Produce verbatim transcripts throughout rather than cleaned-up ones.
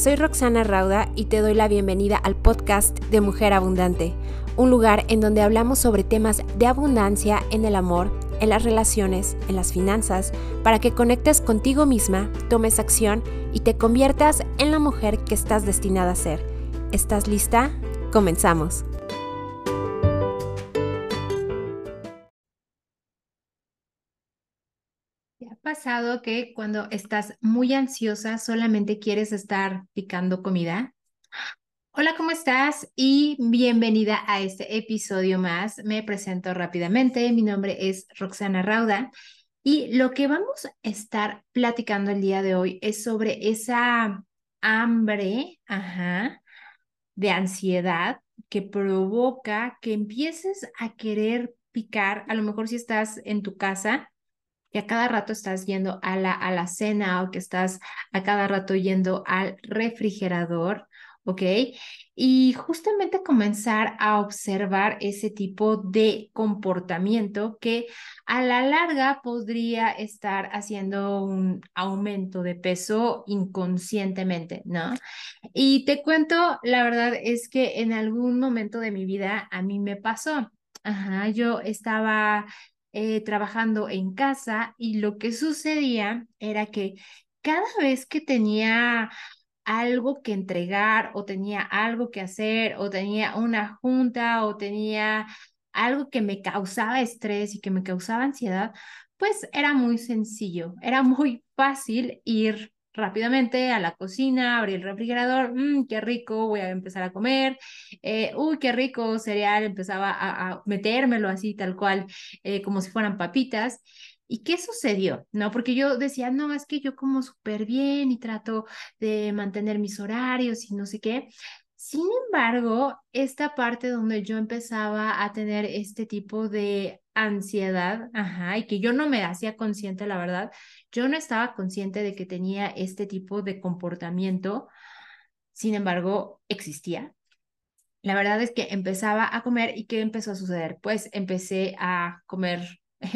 soy Roxana Rauda y te doy la bienvenida al podcast de Mujer Abundante, un lugar en donde hablamos sobre temas de abundancia en el amor, en las relaciones, en las finanzas, para que conectes contigo misma, tomes acción y te conviertas en la mujer que estás destinada a ser. ¿Estás lista? Comenzamos. ¿Te ha pasado que cuando estás muy ansiosa solamente quieres estar picando comida? Hola, ¿cómo estás? Y bienvenida a este episodio más. Me presento rápidamente. Mi nombre es Roxana Rauda y lo que vamos a estar platicando el día de hoy es sobre esa hambre, ajá, de ansiedad que provoca que empieces a querer picar. A lo mejor si estás en tu casa y a cada rato estás yendo a la, a la cena o que estás a cada rato yendo al refrigerador, ¿ok? Y justamente comenzar a observar ese tipo de comportamiento que a la larga podría estar haciendo un aumento de peso inconscientemente, ¿no? Y te cuento, la verdad es que en algún momento de mi vida a mí me pasó. Ajá, yo estaba eh, trabajando en casa y lo que sucedía era que cada vez que tenía algo que entregar o tenía algo que hacer o tenía una junta o tenía algo que me causaba estrés y que me causaba ansiedad, pues era muy sencillo, era muy fácil ir rápidamente a la cocina, abrir el refrigerador, mmm, qué rico, voy a empezar a comer, eh, uy, qué rico cereal, empezaba a, a metérmelo así tal cual, eh, como si fueran papitas. ¿Y qué sucedió? No, porque yo decía, no, es que yo como súper bien y trato de mantener mis horarios y no sé qué. Sin embargo, esta parte donde yo empezaba a tener este tipo de ansiedad, ajá, y que yo no me hacía consciente, la verdad, yo no estaba consciente de que tenía este tipo de comportamiento, sin embargo, existía. La verdad es que empezaba a comer y ¿qué empezó a suceder? Pues empecé a comer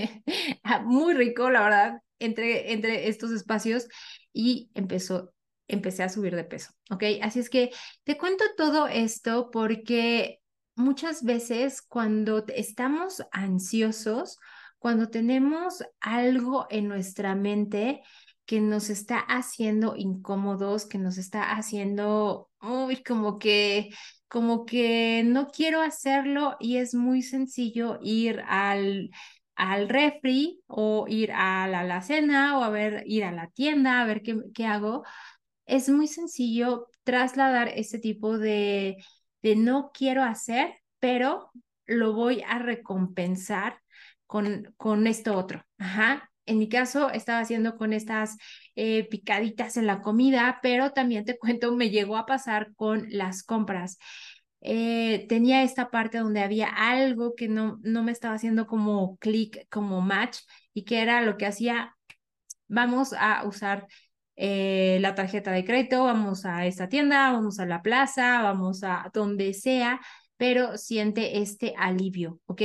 muy rico, la verdad, entre, entre estos espacios y empezó, empecé a subir de peso, ¿ok? Así es que te cuento todo esto porque muchas veces cuando estamos ansiosos, cuando tenemos algo en nuestra mente que nos está haciendo incómodos, que nos está haciendo, uy, como que como que no quiero hacerlo y es muy sencillo ir al, al refri o ir a la alacena o a ver, ir a la tienda a ver qué, qué hago. Es muy sencillo trasladar ese tipo de, de no quiero hacer, pero lo voy a recompensar con, con esto otro. Ajá. En mi caso, estaba haciendo con estas eh, picaditas en la comida, pero también te cuento, me llegó a pasar con las compras. Eh, tenía esta parte donde había algo que no, no me estaba haciendo como clic, como match, y que era lo que hacía, vamos a usar eh, la tarjeta de crédito, vamos a esta tienda, vamos a la plaza, vamos a donde sea, pero siente este alivio, ¿ok?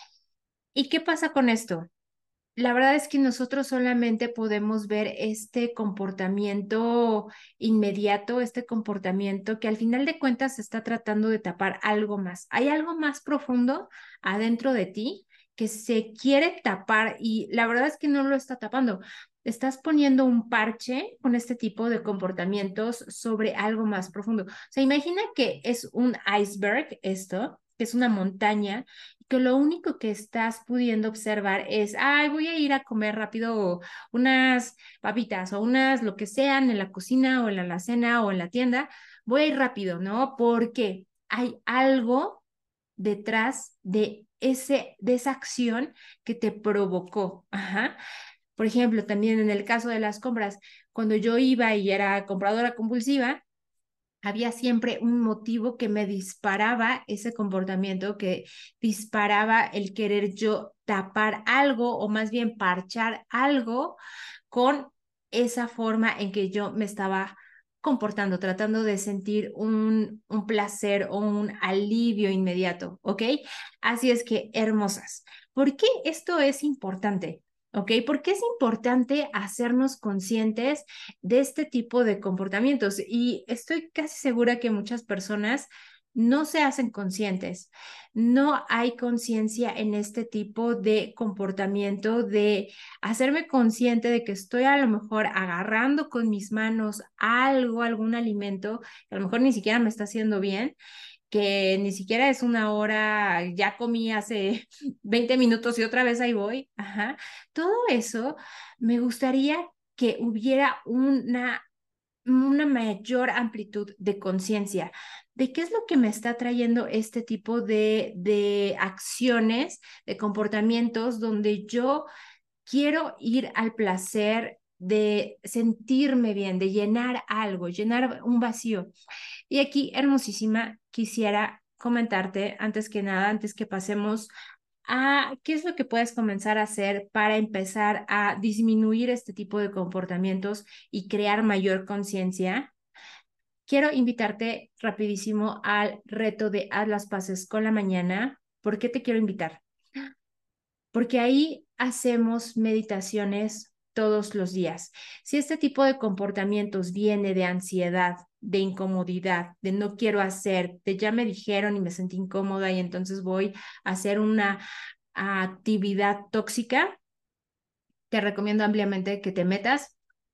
¿Y qué pasa con esto? La verdad es que nosotros solamente podemos ver este comportamiento inmediato, este comportamiento que al final de cuentas se está tratando de tapar algo más. Hay algo más profundo adentro de ti que se quiere tapar y la verdad es que no lo está tapando. Estás poniendo un parche con este tipo de comportamientos sobre algo más profundo. O sea, imagina que es un iceberg esto, que es una montaña que lo único que estás pudiendo observar es, ay, voy a ir a comer rápido unas papitas o unas lo que sean en la cocina o en la alacena o en la tienda, voy a ir rápido, ¿no? Porque hay algo detrás de ese, de esa acción que te provocó. Ajá. Por ejemplo, también en el caso de las compras, cuando yo iba y era compradora compulsiva, había siempre un motivo que me disparaba ese comportamiento, que disparaba el querer yo tapar algo o más bien parchar algo con esa forma en que yo me estaba comportando, tratando de sentir un, un placer o un alivio inmediato, ¿ok? Así es que, hermosas, ¿por qué esto es importante? ¿Ok? Porque es importante hacernos conscientes de este tipo de comportamientos y estoy casi segura que muchas personas no se hacen conscientes. No hay conciencia en este tipo de comportamiento, de hacerme consciente de que estoy a lo mejor agarrando con mis manos algo, algún alimento, que a lo mejor ni siquiera me está haciendo bien, que ni siquiera es una hora, ya comí hace veinte minutos y otra vez ahí voy. Ajá. Todo eso me gustaría que hubiera una, una mayor amplitud de conciencia de qué es lo que me está trayendo este tipo de, de acciones, de comportamientos donde yo quiero ir al placer de sentirme bien, de llenar algo, llenar un vacío. Y aquí, hermosísima, quisiera comentarte, antes que nada, antes que pasemos a qué es lo que puedes comenzar a hacer para empezar a disminuir este tipo de comportamientos y crear mayor conciencia. Quiero invitarte rapidísimo al reto de haz las paces con la mañana. ¿Por qué te quiero invitar? Porque ahí hacemos meditaciones todos los días. Si este tipo de comportamientos viene de ansiedad, de incomodidad, de no quiero hacer, de ya me dijeron y me sentí incómoda y entonces voy a hacer una actividad tóxica, te recomiendo ampliamente que te metas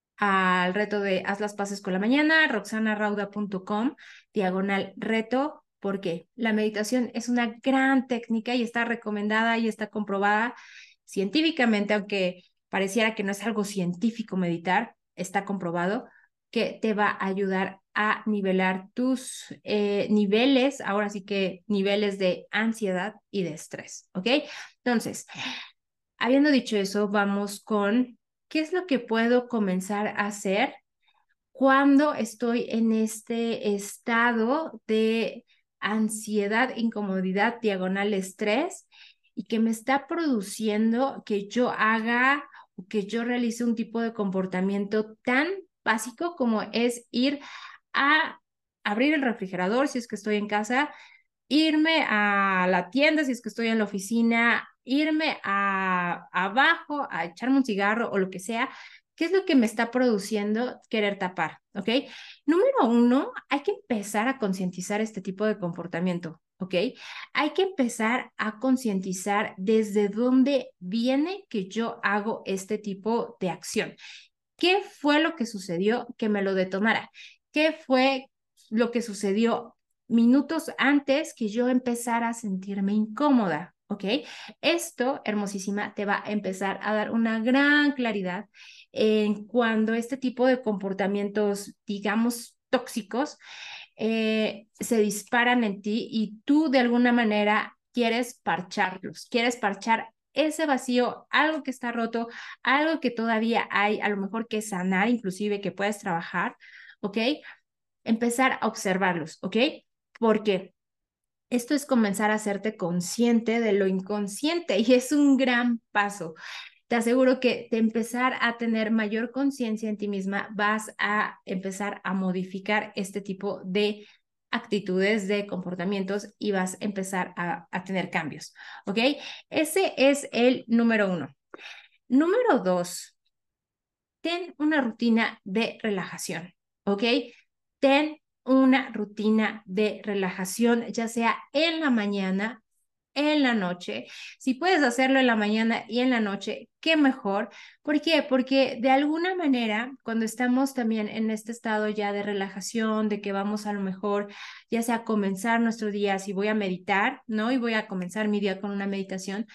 al reto de Haz las paces con la mañana, roxanarauda punto com, diagonal reto, porque la meditación es una gran técnica y está recomendada y está comprobada científicamente, aunque pareciera que no es algo científico meditar, está comprobado que te va a ayudar a nivelar tus eh, niveles, ahora sí que niveles de ansiedad y de estrés, ¿ok? Entonces, habiendo dicho eso, vamos con qué es lo que puedo comenzar a hacer cuando estoy en este estado de ansiedad, incomodidad, diagonal estrés y que me está produciendo que yo haga o que yo realice un tipo de comportamiento tan básico como es ir a abrir el refrigerador si es que estoy en casa, irme a la tienda si es que estoy en la oficina, irme a abajo a echarme un cigarro o lo que sea. ¿Qué es lo que me está produciendo querer tapar? ¿Ok? Número uno, hay que empezar a concientizar este tipo de comportamiento. ¿Ok? Hay que empezar a concientizar desde dónde viene que yo hago este tipo de acción. ¿Qué fue lo que sucedió que me lo detonara? ¿Qué fue lo que sucedió minutos antes que yo empezara a sentirme incómoda? ¿Ok? Esto, hermosísima, te va a empezar a dar una gran claridad en cuando este tipo de comportamientos, digamos, tóxicos, eh, se disparan en ti y tú de alguna manera quieres parcharlos, quieres parchar ese vacío, algo que está roto, algo que todavía hay, a lo mejor que sanar, inclusive que puedes trabajar, ¿ok? Empezar a observarlos, ¿ok? Porque esto es comenzar a hacerte consciente de lo inconsciente y es un gran paso. Te aseguro que de empezar a tener mayor conciencia en ti misma, vas a empezar a modificar este tipo de actitudes, de comportamientos y vas a empezar a, a tener cambios, ¿ok? Ese es el número uno. Número dos, ten una rutina de relajación, ¿ok? Ten una rutina de relajación, ya sea en la mañana, en la noche. Si puedes hacerlo en la mañana y en la noche, qué mejor. ¿Por qué? Porque de alguna manera, cuando estamos también en este estado ya de relajación, de que vamos a lo mejor, ya sea a comenzar nuestro día, si voy a meditar, ¿no? Y voy a comenzar mi día con una meditación,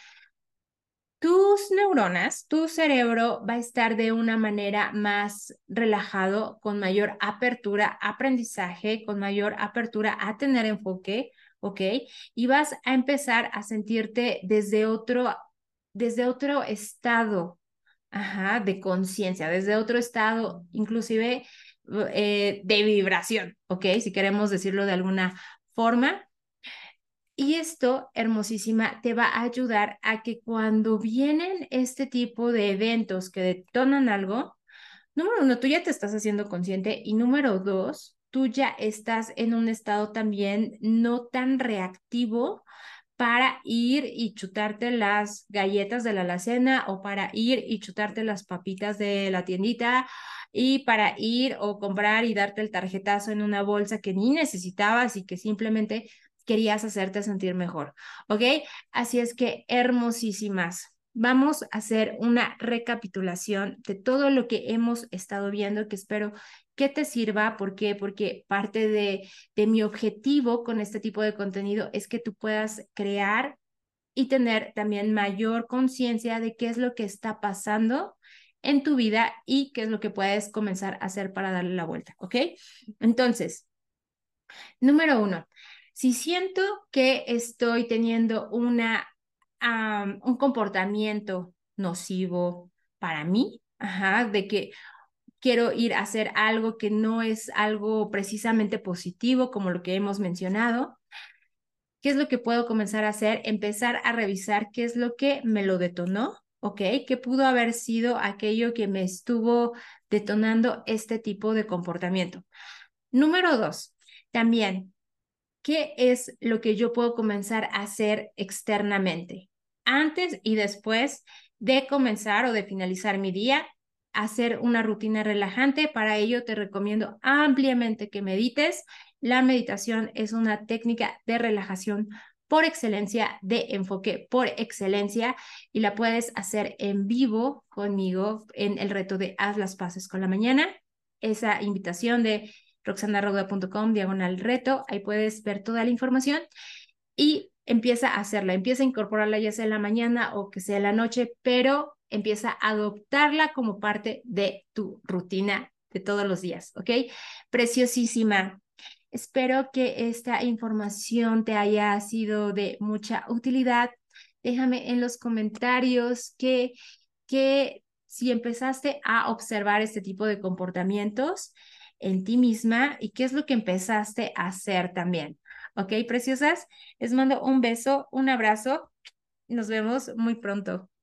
tus neuronas, tu cerebro va a estar de una manera más relajado, con mayor apertura a aprendizaje, con mayor apertura a tener enfoque, ¿ok? Y vas a empezar a sentirte desde otro, desde otro estado, ajá, de conciencia, desde otro estado, inclusive eh, de vibración, ¿ok? Si queremos decirlo de alguna forma. Y esto, hermosísima, te va a ayudar a que cuando vienen este tipo de eventos que detonan algo, número uno, tú ya te estás haciendo consciente y número dos, tú ya estás en un estado también no tan reactivo para ir y chutarte las galletas de la alacena o para ir y chutarte las papitas de la tiendita y para ir o comprar y darte el tarjetazo en una bolsa que ni necesitabas y que simplemente querías hacerte sentir mejor, ¿ok? Así es que hermosísimas. Vamos a hacer una recapitulación de todo lo que hemos estado viendo, que espero que te sirva. ¿Por qué? Porque parte de, de mi objetivo con este tipo de contenido es que tú puedas crear y tener también mayor conciencia de qué es lo que está pasando en tu vida y qué es lo que puedes comenzar a hacer para darle la vuelta, ¿ok? Entonces, número uno, si siento que estoy teniendo una, um, un comportamiento nocivo para mí, ajá, de que quiero ir a hacer algo que no es algo precisamente positivo, como lo que hemos mencionado, ¿qué es lo que puedo comenzar a hacer? Empezar a revisar qué es lo que me lo detonó, ¿ok? ¿Qué pudo haber sido aquello que me estuvo detonando este tipo de comportamiento? Número dos, también, ¿qué es lo que yo puedo comenzar a hacer externamente? Antes y después de comenzar o de finalizar mi día, hacer una rutina relajante. Para ello te recomiendo ampliamente que medites. La meditación es una técnica de relajación por excelencia, de enfoque por excelencia, y la puedes hacer en vivo conmigo en el reto de Haz las paces con la mañana. Esa invitación de roxanarroda.com diagonal reto, ahí puedes ver toda la información y empieza a hacerla, empieza a incorporarla ya sea en la mañana o que sea en la noche, pero empieza a adoptarla como parte de tu rutina de todos los días, ¿ok? Preciosísima. Espero que esta información te haya sido de mucha utilidad. Déjame en los comentarios que, que si empezaste a observar este tipo de comportamientos en ti misma y qué es lo que empezaste a hacer también. ¿Ok, preciosas? Les mando un beso, un abrazo. Nos vemos muy pronto.